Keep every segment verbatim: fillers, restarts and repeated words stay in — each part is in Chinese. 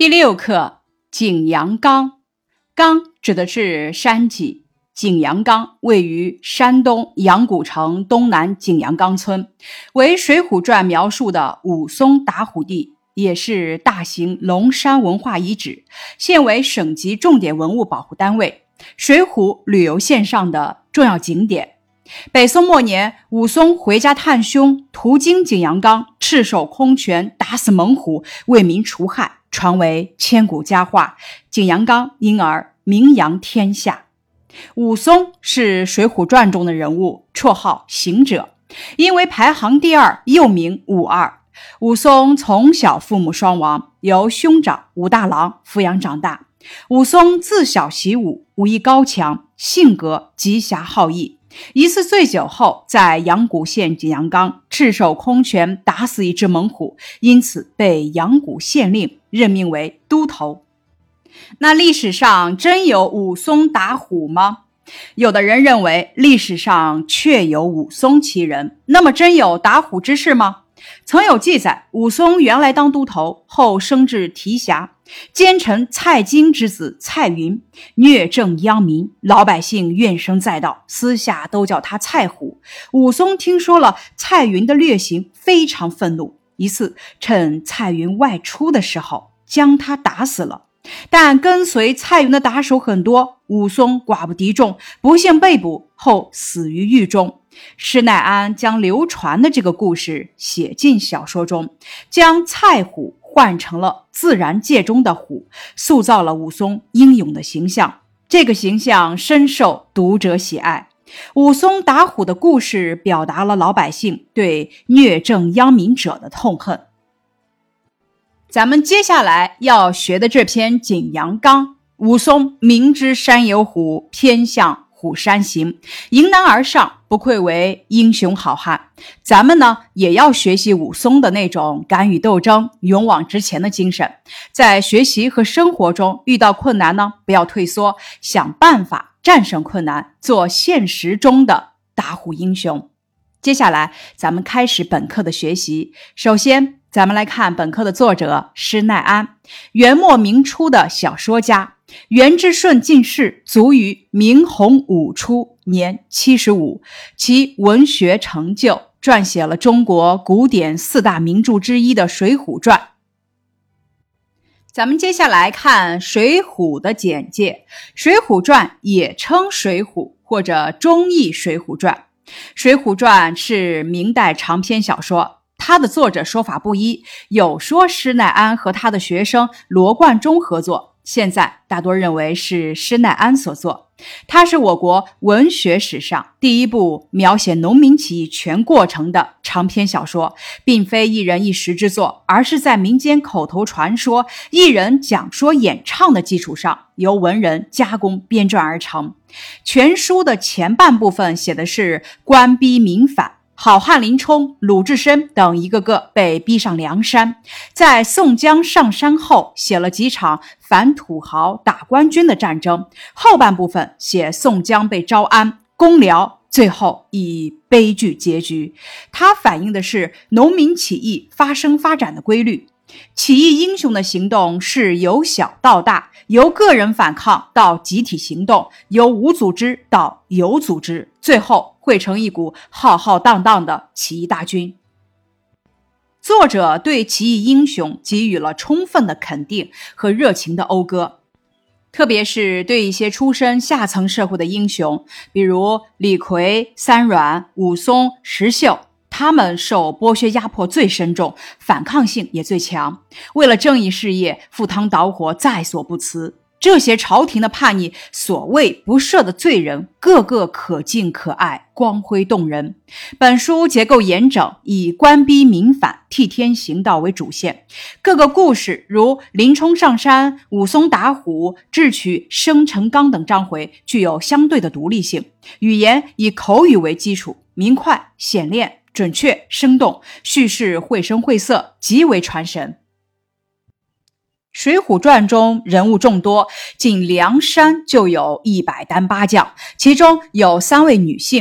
第六课，景阳冈。冈指的是山脊，景阳冈位于山东阳谷城东南景阳冈村，为《水浒传》描述的武松打虎地，也是大型龙山文化遗址，现为省级重点文物保护单位，水浒旅游线上的重要景点。北宋末年，武松回家探凶，途经景阳冈，赤手空拳打死猛虎，为民除害，传为千古佳话，景阳冈因而名扬天下。武松是《水浒传》中的人物，绰号行者，因为排行第二，又名武二。武松从小父母双亡，由兄长武大郎抚养长大。武松自小习武，武艺高强，性格极侠好义。一次醉酒后，在阳谷县景阳冈赤手空拳打死一只猛虎，因此被阳谷县令任命为都头。那历史上真有武松打虎吗？有的人认为历史上确有武松其人，那么真有打虎之事吗？曾有记载，武松原来当都头，后升至提辖，奸臣蔡京之子蔡云，虐政殃民，老百姓怨声载道，私下都叫他蔡虎。武松听说了蔡云的劣行，非常愤怒，一次趁蔡云外出的时候将他打死了。但跟随蔡云的打手很多，武松寡不敌众，不幸被捕，后死于狱中。施耐庵将流传的这个故事写进小说中，将蔡虎换成了自然界中的虎，塑造了武松英勇的形象。这个形象深受读者喜爱。武松打虎的故事表达了老百姓对虐政殃民者的痛恨。咱们接下来要学的这篇《景阳冈》，武松明知山有虎，偏向虎山行，迎难而上，不愧为英雄好汉。咱们呢，也要学习武松的那种敢于斗争、勇往直前的精神。在学习和生活中遇到困难呢，不要退缩，想办法战胜困难，做现实中的打虎英雄。接下来咱们开始本课的学习。首先咱们来看本课的作者施耐庵，元末明初的小说家。元之顺进士，卒于明洪武初，年七十五。其文学成就，撰写了中国古典四大名著之一的《水浒传》。咱们接下来看水浒的简介。《水浒传》也称《水浒》或者中译《水浒传》。《水浒传》是明代长篇小说，他的作者说法不一，有说施耐庵和他的学生罗贯中合作，现在大多认为是施耐庵所作。它是我国文学史上第一部描写农民起义全过程的长篇小说，并非一人一时之作，而是在民间口头传说、艺人讲说演唱的基础上，由文人加工编撰而成。全书的前半部分写的是官逼民反，好汉林冲、鲁智深等一个个被逼上梁山，在宋江上山后写了几场反土豪打官军的战争，后半部分写宋江被招安攻辽，最后以悲剧结局。它反映的是农民起义发生发展的规律。起义英雄的行动是由小到大，由个人反抗到集体行动，由无组织到有组织，最后汇成一股浩浩荡荡的起义大军。作者对起义英雄给予了充分的肯定和热情的讴歌，特别是对一些出身下层社会的英雄，比如李逵、三阮、武松、石秀，他们受剥削压迫最深重，反抗性也最强，为了正义事业赴汤蹈火，在所不辞。这些朝廷的叛逆，所谓不赦的罪人，个个可敬可爱，光辉动人。本书结构严整，以官逼民反、替天行道为主线，各个故事如林冲上山、武松打虎、智取生辰纲等章回具有相对的独立性，语言以口语为基础，明快、显练、准确、生动，叙事绘声绘色，极为传神。水浒传中人物众多，仅梁山就有一百单八将，其中有三位女性，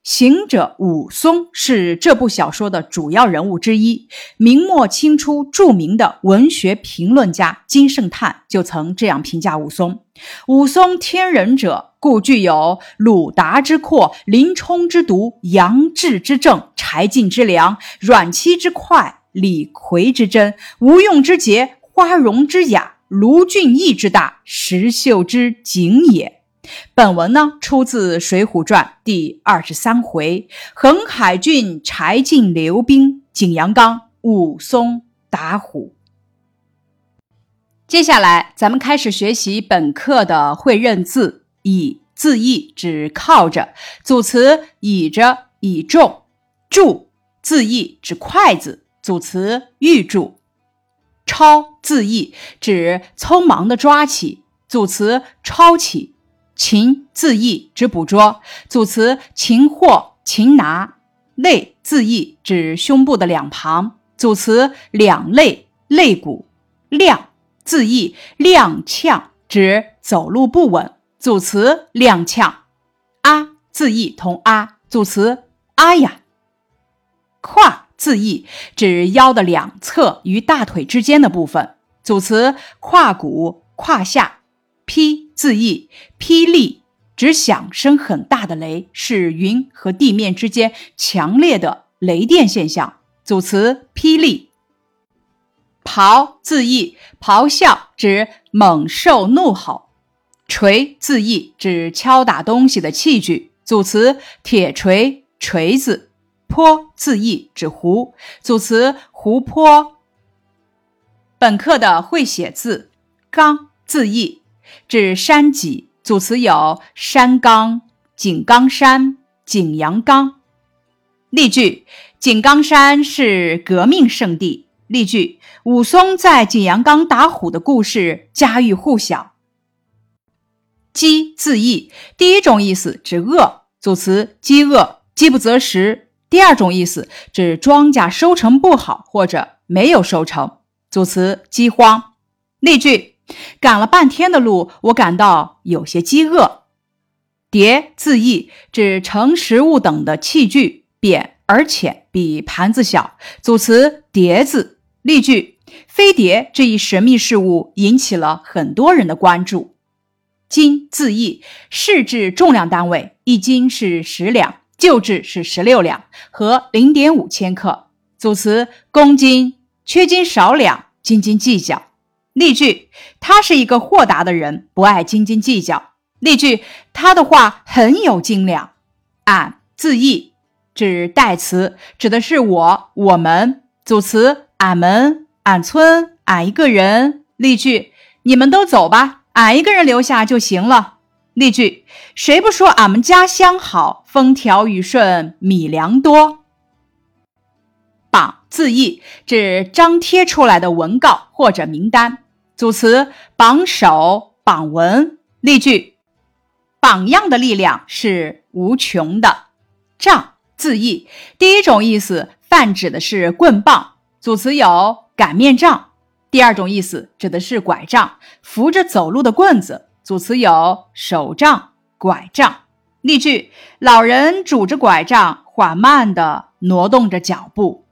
行者武松是这部小说的主要人物之一。明末清初著名的文学评论家金圣叹就曾这样评价武松：武松天人者，故具有鲁达之阔、林冲之毒、杨志之正、柴进之良、阮戚之快、李逵之真、吴用之节、花荣之雅、卢俊义之大、石秀之景也。本文呢出自《水浒传》第二十三回，横海郡柴进刘兵，景阳冈武松打虎。接下来咱们开始学习本课的会认字。倚字义指靠着，组词倚着、倚重。助字义指筷子，组词预助。抄字义指匆忙的抓起，组词抄起。擒字义指捕捉，组词擒获、擒拿。肋字义指胸部的两旁，组词两肋、肋骨。踉字义踉跄指走路不稳，组词踉跄。阿字义同阿，组词阿呀。胯字义指腰的两侧与大腿之间的部分，组词胯骨、胯下。霹字义霹雳，指响声很大的雷，是云和地面之间强烈的雷电现象，组词霹雳。咆字义咆哮，指猛兽怒吼。锤字义指敲打东西的器具，组词铁锤、锤子。坡字义指湖，组词湖泊。本课的会写字。冈字义指山脊，组词有山冈、井冈山、景阳冈。例句：井冈山是革命圣地。例句：武松在景阳冈打虎的故事家喻户晓。饥字义第一种意思指饿，组词饥饿、饥不择食。第二种意思指庄稼收成不好或者没有收成，组词饥荒。例句：赶了半天的路，我感到有些饥饿。碟字义指盛食物等的器具，扁而且比盘子小，组词碟子。例句：飞碟这一神秘事物引起了很多人的关注。斤字义市制重量单位，一斤是十两，旧制是十六两和 零点五 千克，组词公斤，缺斤少两，斤斤计较。例句：他是一个豁达的人，不爱斤斤计较。例句：他的话很有斤两。俺字义指代词，指的是我、我们，组词俺们、俺村、俺一个人。例句：你们都走吧，俺一个人留下就行了。例句：谁不说俺们家乡好，风调雨顺，米粮多。榜字义指张贴出来的文告或者名单，组词榜首、榜文。例句：榜样的力量是无穷的。杖字义第一种意思泛指的是棍棒，组词有擀面杖。第二种意思指的是拐杖，扶着走路的棍子，组词有手杖、拐杖。例句：老人拄着拐杖缓慢地挪动着脚步。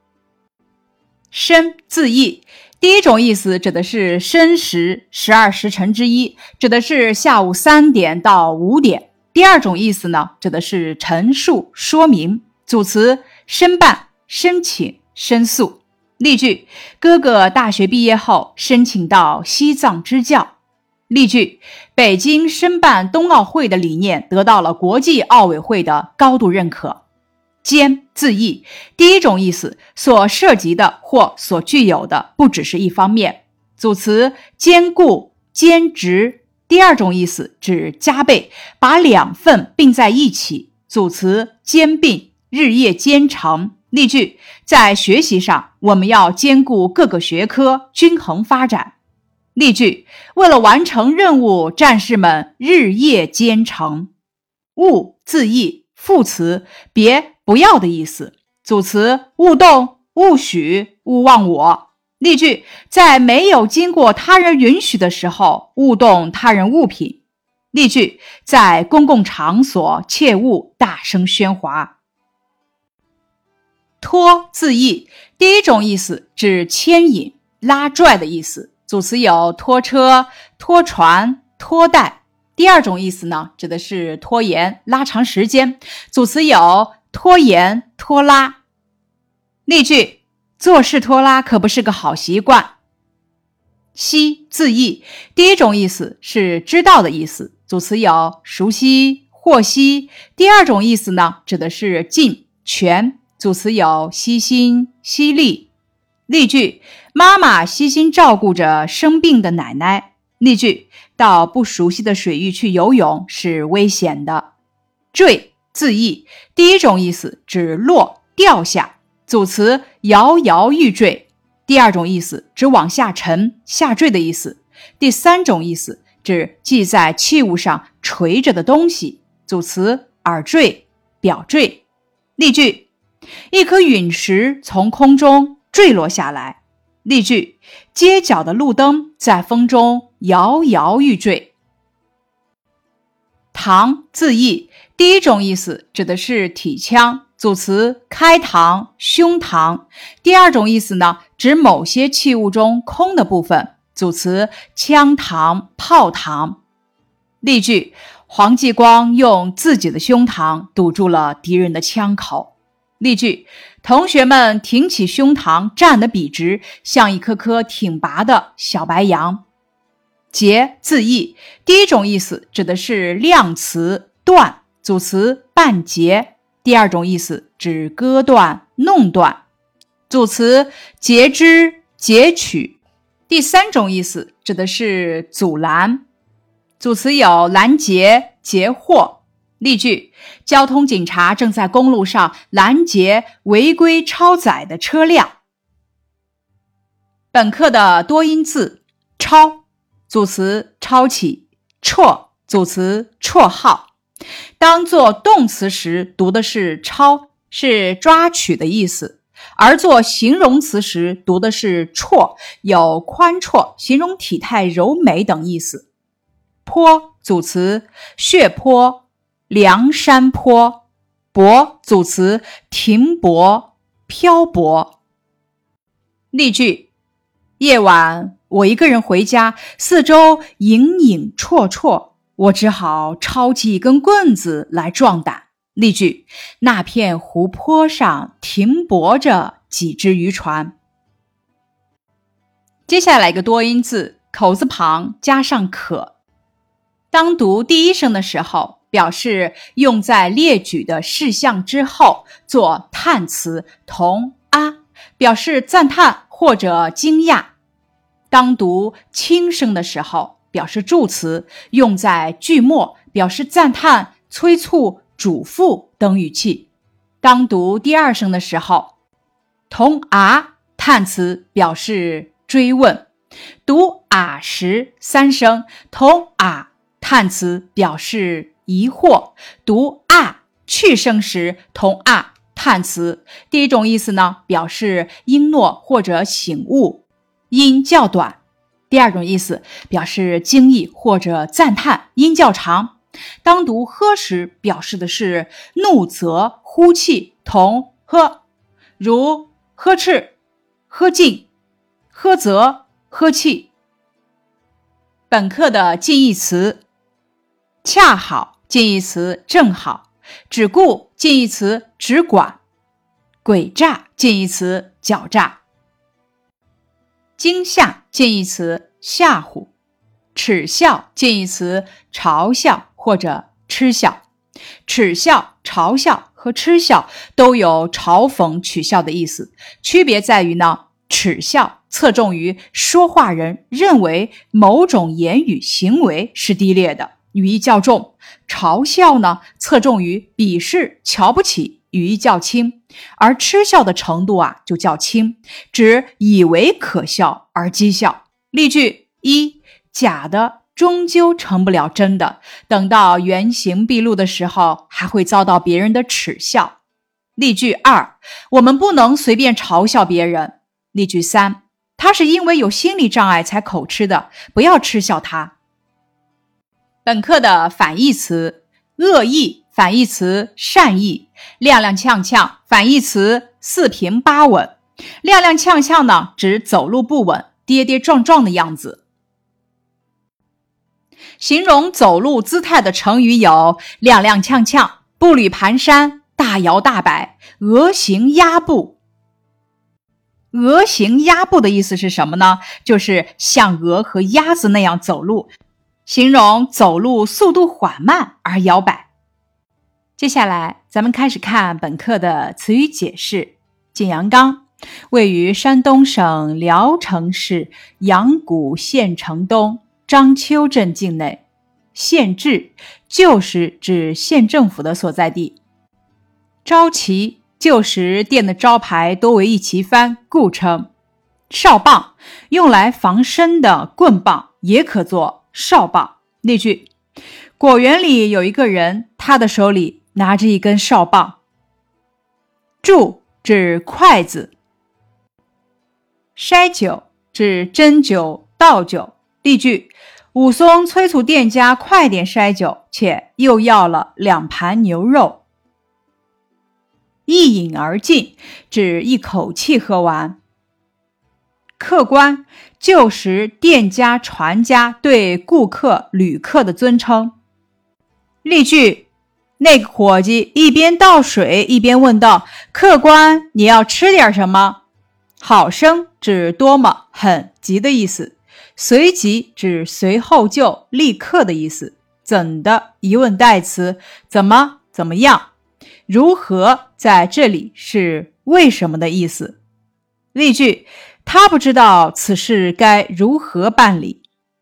申字义第一种意思指的是申时，十二时辰之一，指的是下午三点到五点。第二种意思呢，指的是陈述、说明，组词申办、申请、申诉。例句：哥哥大学毕业后申请到西藏支教。例句：北京申办冬奥会的理念得到了国际奥委会的高度认可。兼字义第一种意思所涉及的或所具有的不只是一方面，组词兼顾、兼职。第二种意思指加倍，把两份并在一起，组词兼并、日夜兼程。例句：在学习上我们要兼顾各个学科，均衡发展。例句：为了完成任务，战士们日夜兼程。勿字义副词，别、不要的意思，组词勿动、勿许、勿忘我。例句：在没有经过他人允许的时候，勿动他人物品。 例句：在公共场所切勿大声喧哗。拖字义，第一种意思指牵引、拉拽的意思，组词有拖车、拖船、拖带。第二种意思呢，指的是拖延、拉长时间，组词有拖延、拖拉。例句：做事拖拉可不是个好习惯。悉字义，第一种意思是知道的意思，组词有熟悉、获悉。第二种意思呢，指的是尽、全，组词有悉心、悉力。例句：妈妈悉心照顾着生病的奶奶。例句：到不熟悉的水域去游泳是危险的。坠字义，第一种意思指落、掉下，组词摇摇欲坠。第二种意思指往下沉、下坠的意思。第三种意思指系在器物上垂着的东西，组词耳坠、表坠。例句：一颗陨石从空中坠落下来。例句：街角的路灯在风中摇摇欲坠。膛字义，第一种意思指的是体腔，组词开膛、胸膛。第二种意思呢，指某些器物中空的部分，组词枪膛、炮膛。例句：黄继光用自己的胸膛堵住了敌人的枪口。例句：同学们挺起胸膛，站得笔直，像一颗颗挺拔的小白杨。截字义，第一种意思指的是量词、断，组词半截。第二种意思指割断、弄断，组词截肢、截取。第三种意思指的是阻拦，组词有拦截、截获。例句：交通警察正在公路上拦截违规超载的车辆。本课的多音字：抄，组词抄起；绰，组词绰号。当做动词时读的是抄，是抓取的意思；而做形容词时读的是绰，有宽绰、形容体态柔美等意思。坡，组词血泊、梁山坡；泊，组词停泊、漂泊。例句：夜晚我一个人回家，四周影影绰绰，我只好抄起一根棍子来壮胆。例句：那片湖泊上停泊着几只渔船。接下来一个多音字，口字旁加上可。当读第一声的时候，表示用在列举的事项之后，做叹词同啊，表示赞叹或者惊讶。当读轻声的时候，表示助词，用在句末，表示赞叹、催促、嘱咐等语气。当读第二声的时候，同啊叹词，表示追问。读啊时三声，同啊叹词，表示疑惑。读啊去声时，同啊叹词。第一种意思呢，表示应诺或者醒悟，音较短。第二种意思表示惊异或者赞叹，音较长。当读呵时，表示的是怒责、呼气，同呵，如呵斥、呵敬、呵责、呵气。本课的近义词：恰好，近义词正好；只顾，近义词只管；诡诈，近义词狡诈；惊吓，近义词吓唬；耻笑，近义词嘲笑或者嗤笑。耻笑、嘲笑和嗤笑都有嘲讽、取笑的意思，区别在于呢，耻笑侧重于说话人认为某种言语行为是低劣的，语义较重；嘲笑呢，侧重于鄙视、瞧不起，语义较轻；而嗤笑的程度啊就较轻，指以为可笑而讥笑。例句：一，假的终究成不了真的，等到原形毕露的时候，还会遭到别人的耻笑。例句二，我们不能随便嘲笑别人。例句三，他是因为有心理障碍才口吃的，不要嗤笑他。 本课的反义词：恶意反义词善意，踉踉跄跄反义词四平八稳。踉踉跄跄呢，指走路不稳，跌跌撞撞的样子。形容走路姿态的成语有踉踉跄跄、步履蹒跚、大摇大摆、鹅行鸭步。鹅行鸭步的意思是什么呢？就是像鹅和鸭子那样走路，形容走路速度缓慢而摇摆。接下来咱们开始看本课的词语解释。景阳冈位于山东省聊城市阳谷县城东章丘镇境内，县治旧时指县政府的所在地。招旗旧时店的招牌多为一旗幡，故称。哨棒用来防身的棍棒也可做哨棒。例句：果园里有一个人，他的手里拿着一根哨棒。箸指筷子。筛酒指针灸、倒酒。例句：武松催促店家快点筛酒，且又要了两盘牛肉。一饮而尽指一口气喝完。客官旧时店家、船家对顾客、旅客的尊称。例句：那个伙计一边倒水一边问道：客官，你要吃点什么？好生指多么、很急的意思。随即指随后就、立刻的意思。怎的疑问代词，怎么、怎么样。如何在这里是为什么的意思。例句：他不知道此事该如何办理。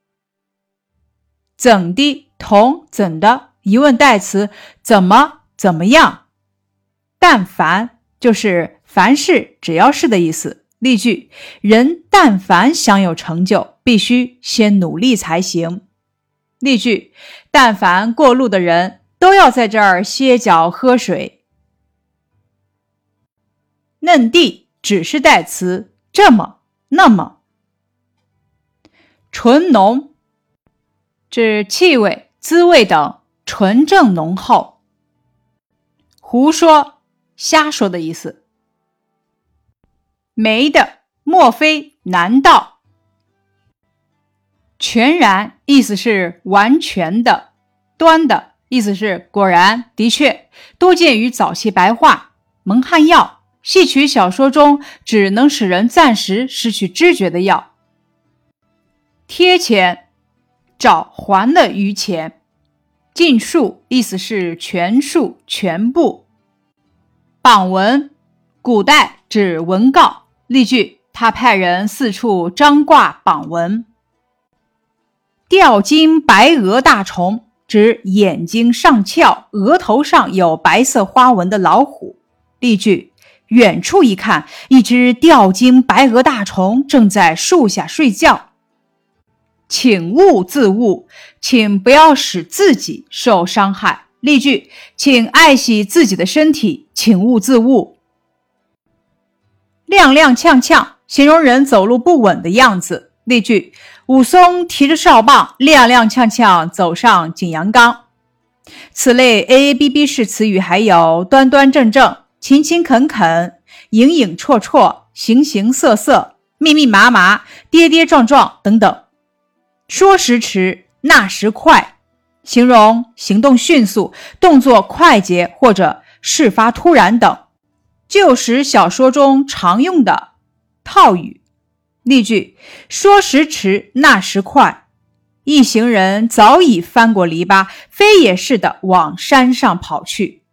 怎的同怎的疑问代词，怎么、怎么样。但凡就是凡事、只要是的意思。例句：人但凡想有成就，必须先努力才行。例句：但凡过路的人都要在这儿歇脚喝水。嫩地指示代词，这么、那么。醇浓指气味、滋味等纯正浓厚。胡说、瞎说的意思。没的、莫非、难道。全然意思是完全的，端的意思是果然、的确，多见于早期白话。蒙汗药，戏曲小说中只能使人暂时失去知觉的药。贴钱，找还的余钱。尽数意思是全数、全部。榜文，古代指文告。例句：他派人四处张挂榜文。吊睛白额大虫指眼睛上翘、额头上有白色花纹的老虎。例句：远处一看，一只吊睛白额大虫正在树下睡觉。请勿自误，请不要使自己受伤害。例句：请爱惜自己的身体，请勿自误。踉踉跄跄形容人走路不稳的样子。例句：武松提着哨棒踉踉跄跄走上景阳冈。此类 A A B B 式词语还有端端正正、勤勤恳恳、影影绰绰、形形色色、密密麻麻、跌跌撞撞等等。说时迟，那时快，形容行动迅速、动作快捷或者事发突然等。旧时小说中常用的套语。例句：说时迟，那时快，一行人早已翻过篱笆，飞也似的往山上跑去。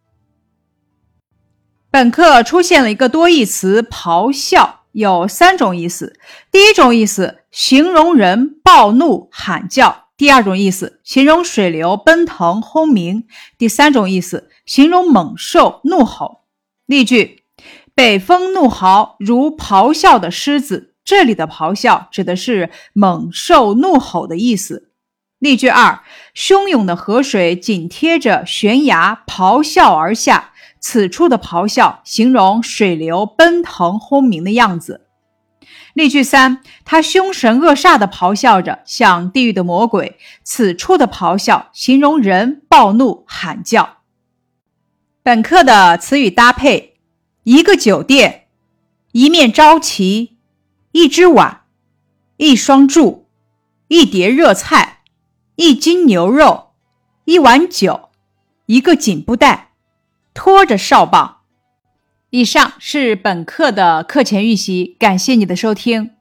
本课出现了一个多义词咆哮，有三种意思。第一种意思，形容人暴怒喊叫；第二种意思，形容水流奔腾轰鸣；第三种意思，形容猛兽怒吼。例句：北风怒号如咆哮的狮子，这里的咆哮指的是猛兽怒吼的意思。例句二：汹涌的河水紧贴着悬崖咆哮而下，此处的咆哮形容水流奔腾轰鸣的样子。 例句三，他凶神恶煞地咆哮着，像地狱的魔鬼。此处的咆哮形容人暴怒喊叫。本课的词语搭配：一个酒店，一面招旗，一只碗，一双柱，一碟热菜，一斤牛肉，一碗酒，一个锦布袋，拖着哨棒。以上是本课的课前预习，感谢你的收听。